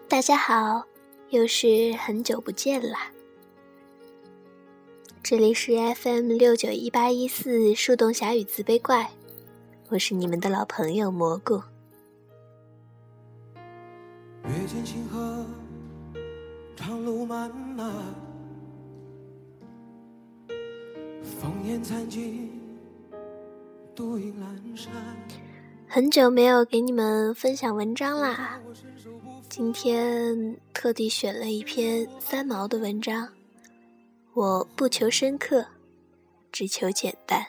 大家好，又是很久不见啦。这里是 FM691814 树洞侠与自卑怪，我是你们的老朋友蘑菇。 阅尽星河，长路漫漫，烽烟残尽，独影阑珊。 很久没有给你们分享文章啦，今天特地选了一篇三毛的文章。我不求深刻，只求简单。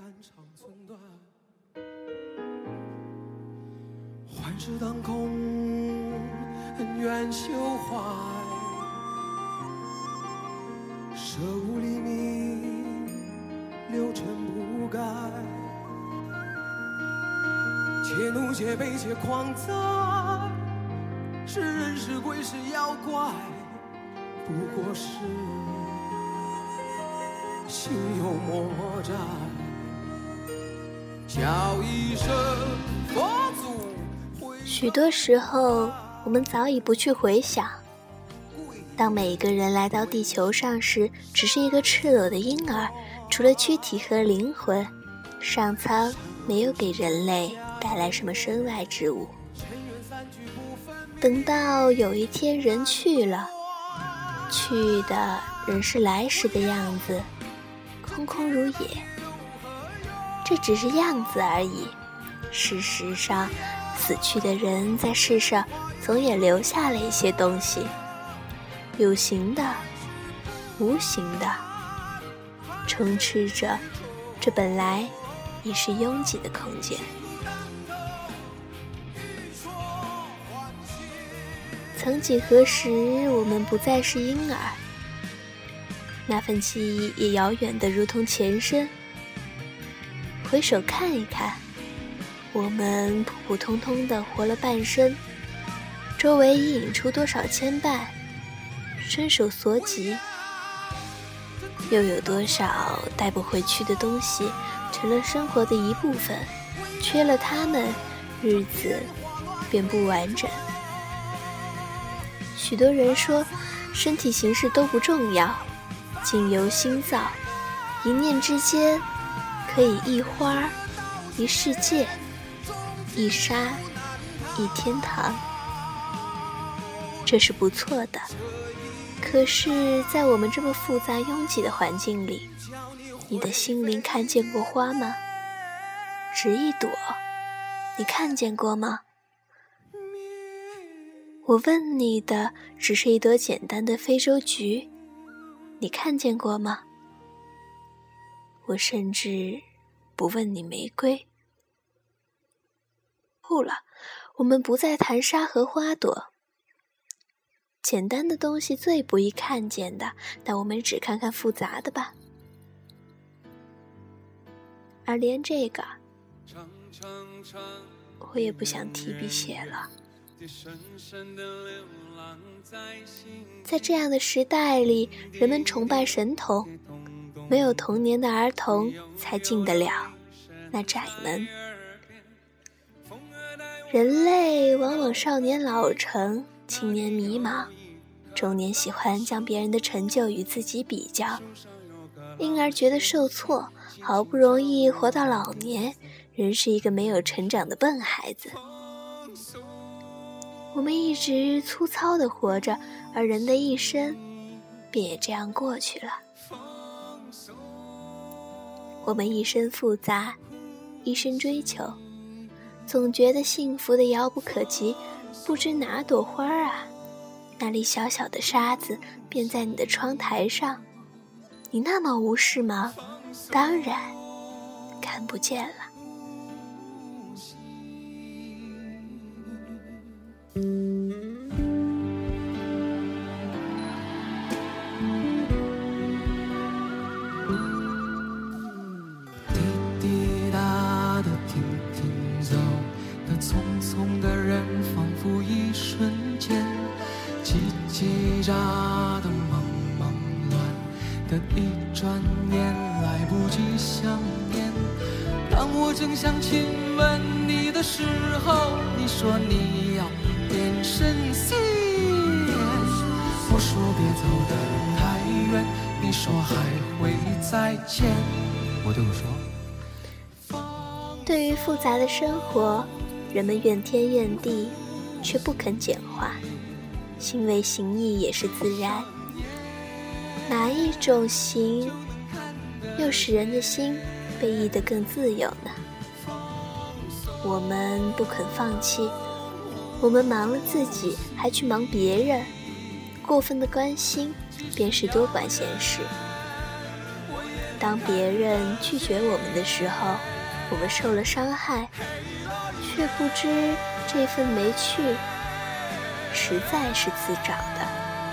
幻世当空，恩怨休怀，舍吾黎明，六尘不改。且怒且悲且狂哉，是人是鬼是妖怪，不过是心有魔债。叫一声佛祖。 许多时候我们早已不去回想，当每一个人来到地球上时，只是一个赤裸的婴儿，除了躯体和灵魂，上苍没有给人类带来什么身外之物。等到有一天人去了，去的仍是来时的样子，空空如也。这只是样子而已，事实上死去的人在世上总也留下了一些东西，有形的无形的，充斥着这本来已是拥挤的空间。曾几何时，我们不再是婴儿，那份记忆也遥远得如同前身。回首看一看，我们普普通通地活了半生，周围已引出多少牵绊，伸手所及，又有多少带不回去的东西成了生活的一部分，缺了它们，日子便不完整。许多人说身体形式都不重要，境由心造，一念之间可以一花一世界，一沙一天堂，这是不错的。可是在我们这么复杂拥挤的环境里，你的心灵看见过花吗？只一朵，你看见过吗？我问你的只是一朵简单的非洲菊，你看见过吗？我甚至不问你玫瑰。不了，我们不再谈沙和花朵。简单的东西最不易看见的，但我们只看看复杂的吧。而连这个，我也不想提笔写了。在这样的时代里，人们崇拜神童，没有童年的儿童才进得了那窄门。人类往往少年老成，青年迷茫，中年喜欢将别人的成就与自己比较，因而觉得受挫，好不容易活到老年，仍是一个没有成长的笨孩子。我们一直粗糙地活着，而人的一生便也这样过去了。我们一生复杂，一生追求，总觉得幸福的遥不可及，不知哪朵花啊，那粒小小的沙子便在你的窗台上，你那么无视吗？当然看不见了。 滴滴答的停停走，那匆匆的人仿佛一瞬间，叽叽喳的忙忙乱的一转眼，来不及想念。当我正想亲吻你的时候，你说你要变身 C 说别走得太远，你说还会再见。我对我说， 对于复杂的生活，人们怨天怨地，却不肯简化，行为行义也是自然。哪一种行又使人的心被译得更自由呢？我们不肯放弃，我们忙了自己，还去忙别人，过分的关心便是多管闲事。当别人拒绝我们的时候，我们受了伤害，却不知这份没趣实在是自找的。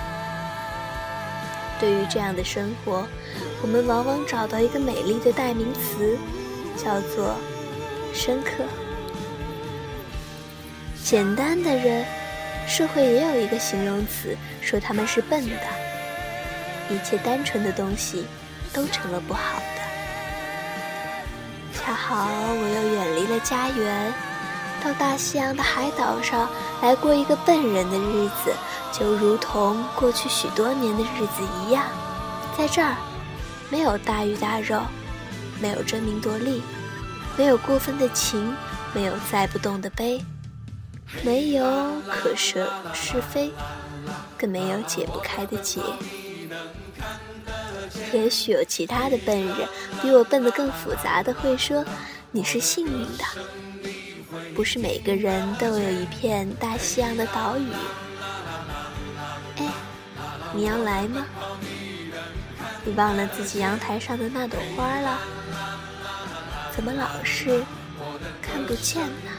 对于这样的生活，我们往往找到一个美丽的代名词，叫做深刻。简单的人，社会也有一个形容词，说他们是笨的。一切单纯的东西都成了不好的。恰好我又远离了家园，到大西洋的海岛上来过一个笨人的日子，就如同过去许多年的日子一样。在这儿，没有大鱼大肉，没有争名夺利，没有过分的情，没有载不动的悲，没有可舍是非，更没有解不开的结。也许有其他的笨人比我笨得更复杂的会说，你是幸运的，不是每个人都有一片大西洋的岛屿。哎，你要来吗？你忘了自己阳台上的那朵花了？怎么老是看不见呢？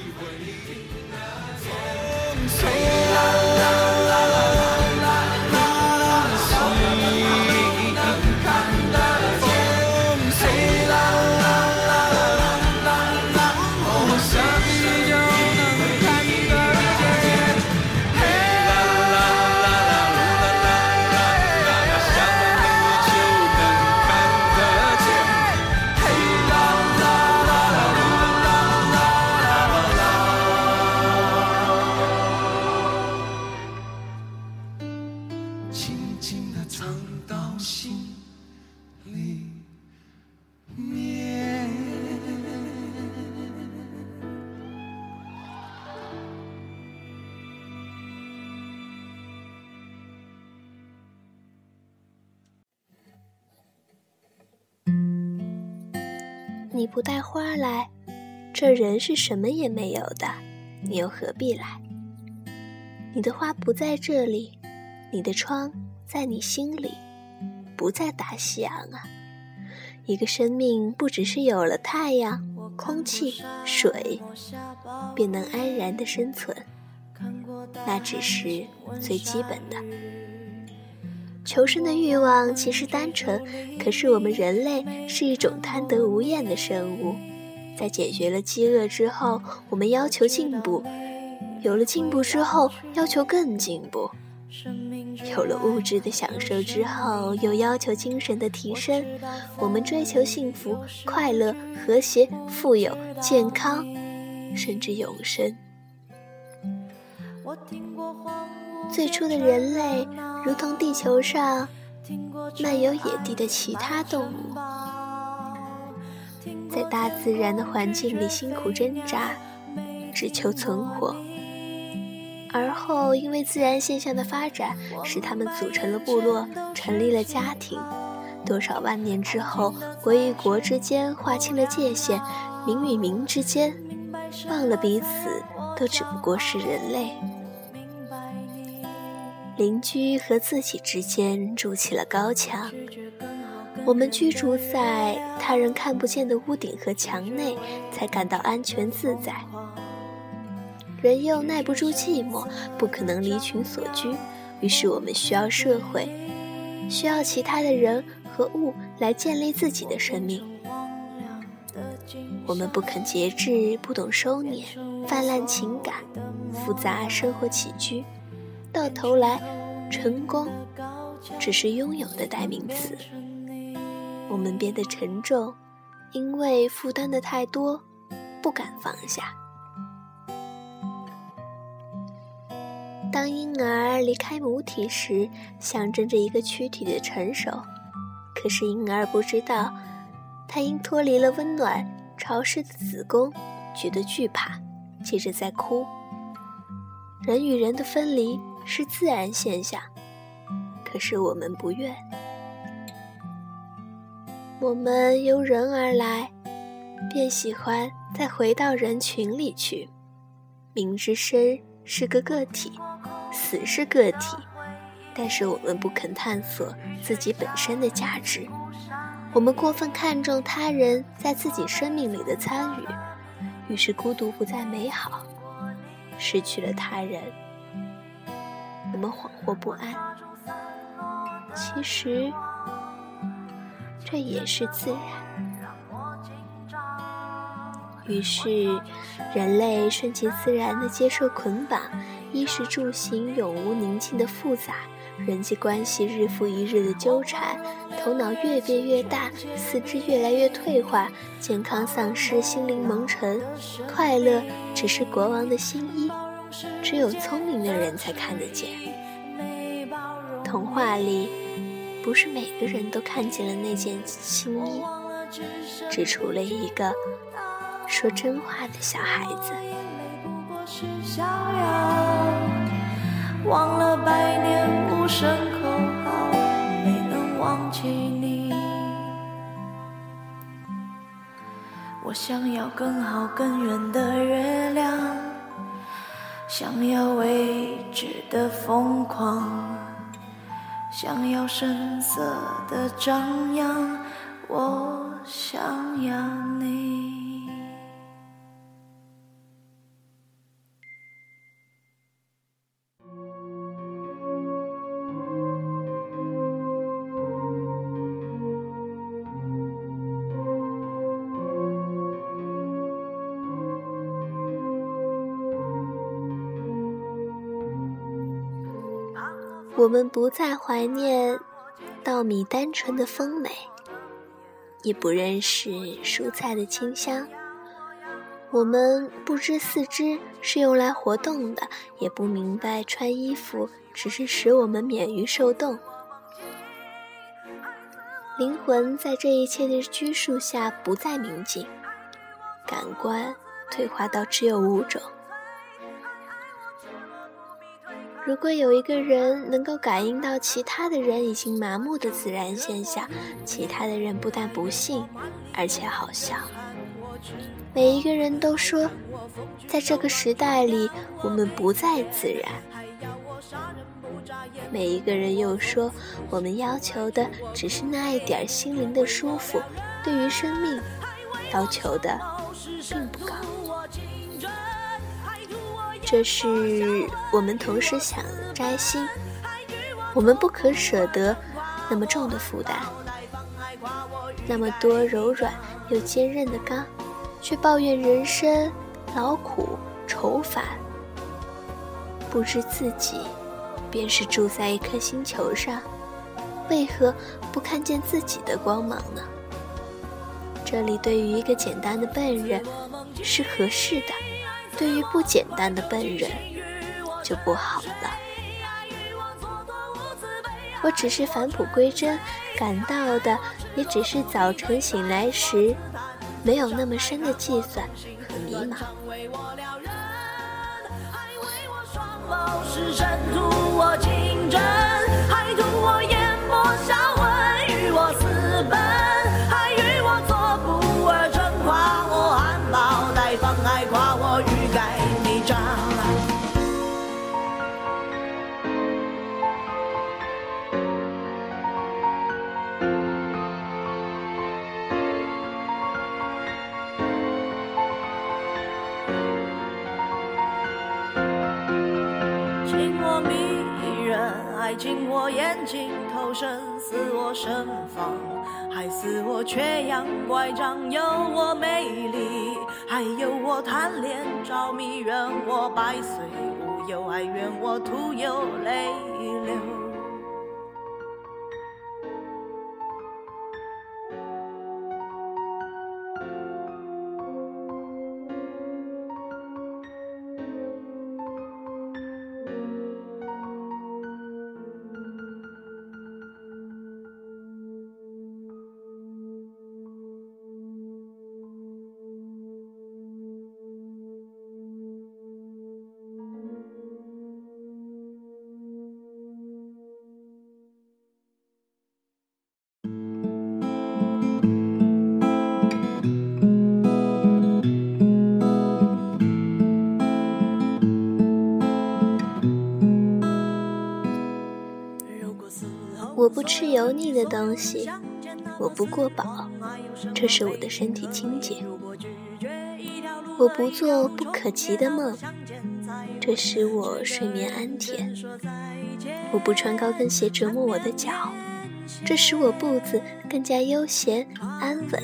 你不带花来，这人是什么也没有的，你又何必来？你的花不在这里，你的窗在你心里，不在大西洋啊。一个生命不只是有了太阳、空气、水，便能安然的生存，那只是最基本的。求生的欲望其实单纯，可是我们人类是一种贪得无厌的生物。在解决了饥饿之后，我们要求进步，有了进步之后要求更进步，有了物质的享受之后又要求精神的提升。我们追求幸福、快乐、和谐、富有、健康，甚至永生。最初的人类如同地球上漫游野地的其他动物，在大自然的环境里辛苦挣扎，只求存活。而后因为自然现象的发展，使他们组成了部落，成立了家庭。多少万年之后，国与国之间划清了界限，民与民之间忘了彼此都只不过是人类。邻居和自己之间筑起了高墙，我们居住在他人看不见的屋顶和墙内，才感到安全自在。人又耐不住寂寞，不可能离群所居，于是我们需要社会，需要其他的人和物来建立自己的生命。我们不肯节制，不懂收敛，泛滥情感，复杂生活起居，到头来成功只是拥有的代名词。我们变得沉重，因为负担的太多，不敢放下。 当婴儿离开母体时，象征着一个躯体的成熟。可是婴儿不知道，他因脱离了温暖潮湿的子宫，觉得惧怕，接着在哭。人与人的分离是自然现象，可是我们不愿。我们由人而来，便喜欢再回到人群里去。明知生是个个体，死是个体，但是我们不肯探索自己本身的价值。我们过分看重他人在自己生命里的参与，于是孤独不再美好。失去了他人，我们惶惑不安。其实这也是自然。于是人类顺其自然地接受捆绑，衣食住行永无宁静的复杂，人际关系日复一日的纠缠，头脑越变越大，四肢越来越退化，健康丧失，心灵蒙尘。快乐只是国王的新衣，只有聪明的人才看得见。童话里不是每个人都看见了那件新衣，只除了一个说真话的小孩子。 忘了百年无声口号，没能忘记你。我想要更好更远的月亮，想要未知的疯狂，想要声色的张扬，我想要你。 我们不再怀念稻米单纯的丰美，也不认识蔬菜的清香。我们不知四肢是用来活动的，也不明白穿衣服只是使我们免于受冻。灵魂在这一切的拘束下不再明净，感官退化到只有5种。如果有一个人能够感应到其他的人已经麻木的自然现象，其他的人不但不信，而且好笑。每一个人都说，在这个时代里，我们不再自然。每一个人又说，我们要求的只是那一点心灵的舒服，对于生命要求的并不高。这是我们同时想摘星，我们不可舍得那么重的负担，那么多柔软又坚韧的钢，却抱怨人生劳苦愁烦。不知自己便是住在一颗星球上，为何不看见自己的光芒呢？这里对于一个简单的笨人是合适的，对于不简单的笨人就不好了。我只是返璞归真，感到的也只是早晨醒来时没有那么深的计算和迷茫。 是深图我情真，还图我淹没笑问，与我私奔，还与我做不二真夸我含苞待放，还夸我欲盖弥彰。情我迷人，爱情我眼睛，投身似我身房，还似我缺氧乖张，有我美丽，还有我贪恋着迷，愿我百岁无忧，还愿我徒有泪流。 不吃油腻的东西，我不过饱，这使我的身体清洁。我不做不可及的梦，这使我睡眠安甜。我不穿高跟鞋折磨我的脚，这使我步子更加悠闲安稳。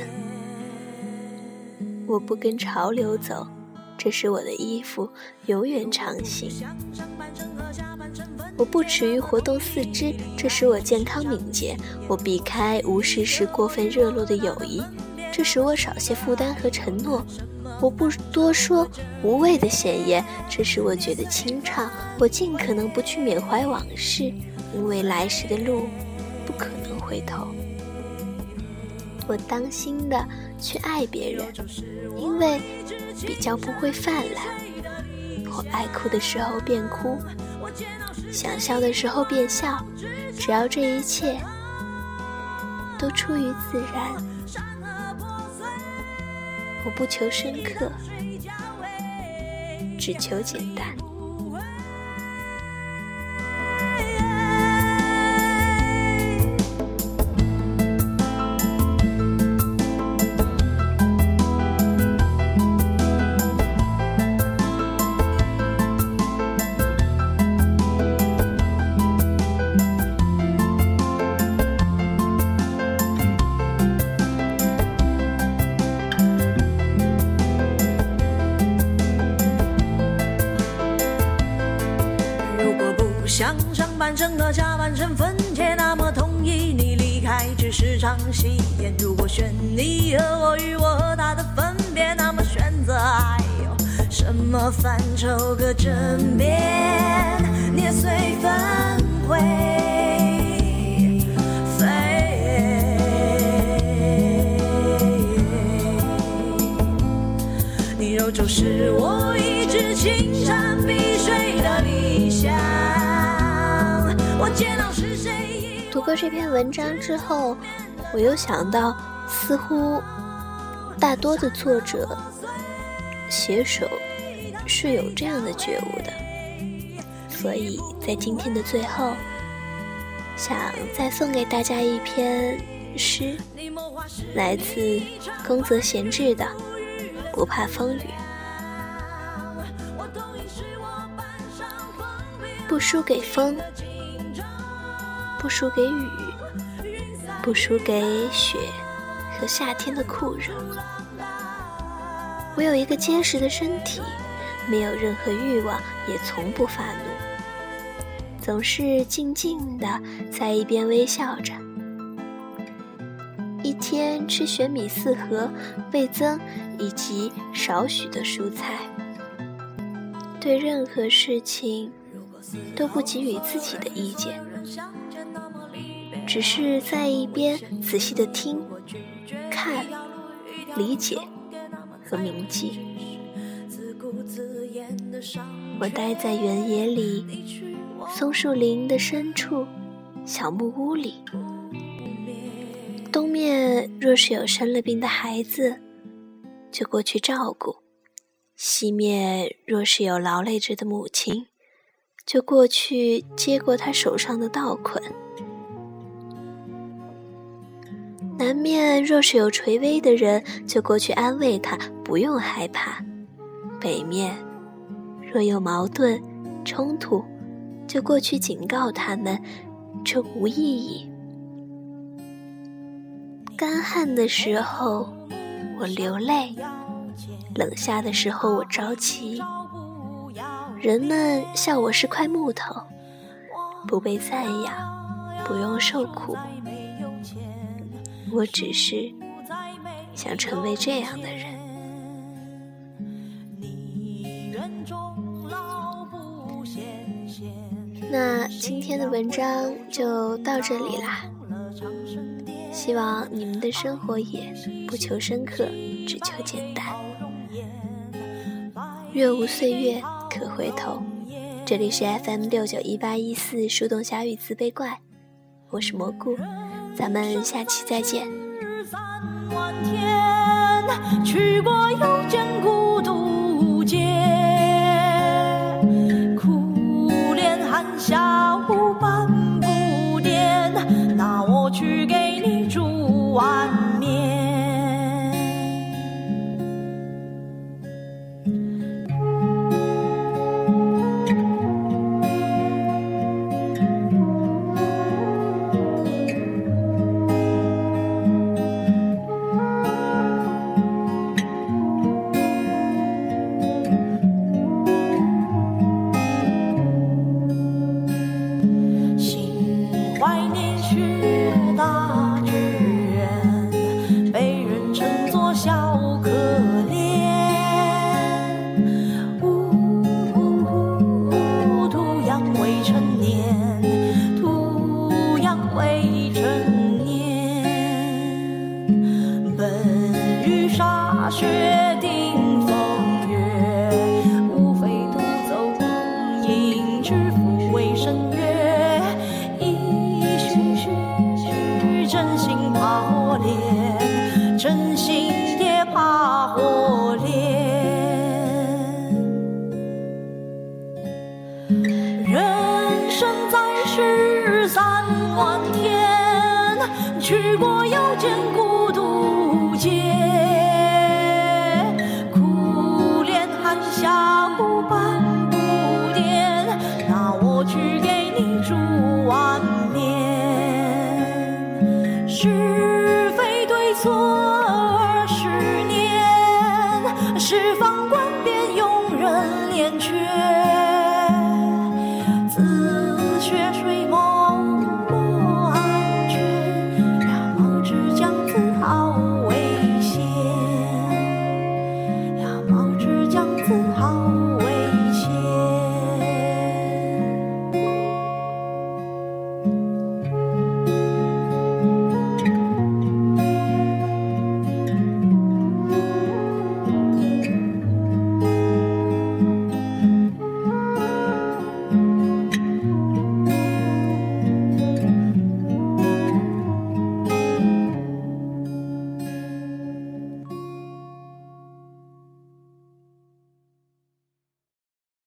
我不跟潮流走，这使我的衣服永远长新。我不耻于活动四肢，这使我健康敏捷。我避开无事时过分热络的友谊，这使我少些负担和承诺。我不多说无谓的闲言，这使我觉得清畅。我尽可能不去缅怀往事，因为来时的路不可能回头。我当心的去爱别人，因为比较不会泛滥。我爱哭的时候便哭，想笑的时候便笑，只要这一切都出于自然。我不求深刻，只求简单。 想上半生和下半生分解，那么同意你离开只是场戏演。如果选你和我与我和他的分别，那么选择还有什么范畴可争辩？捏碎分灰飞，你揉就是我一直青山碧水的理想。 读过这篇文章之后，我又想到，似乎大多的作者写手是有这样的觉悟的，所以在今天的最后，想再送给大家一篇诗，来自宫泽贤治的《不怕风雨》。不输给风，不输给雨，不输给雪和夏天的酷热。我有一个结实的身体，没有任何欲望，也从不发怒，总是静静地在一边微笑着。一天吃玄米4盒、味增以及少许的蔬菜，对任何事情都不给予自己的意见，只是在一边仔细地听、看、理解和铭记。我待在原野里，松树林的深处，小木屋里。东面若是有生了病的孩子，就过去照顾；西面若是有劳累着的母亲，就过去接过他手上的稻捆。南面若是有垂危的人，就过去安慰他，不用害怕。北面若有矛盾冲突，就过去警告他们，这无意义。干旱的时候我流泪，冷夏的时候我着急。人们笑我是块木头，不被赞扬，不用受苦。我只是想成为这样的人。那今天的文章就到这里啦，希望你们的生活也不求深刻，只求简单。若无岁月可回头。这里是 FM691814树洞小雨自卑怪，我是蘑菇，咱们下期再见。去过又见孤独街，苦恋含笑半步癫， 奔雨沙雪顶风月，无非独走光阴，知府为深渊，一须须真心怕火炼，真心也怕火炼。人生在世3万天，去过又见孤独街，苦恋寒夏不半不颠，那我去给你煮碗面。是非对错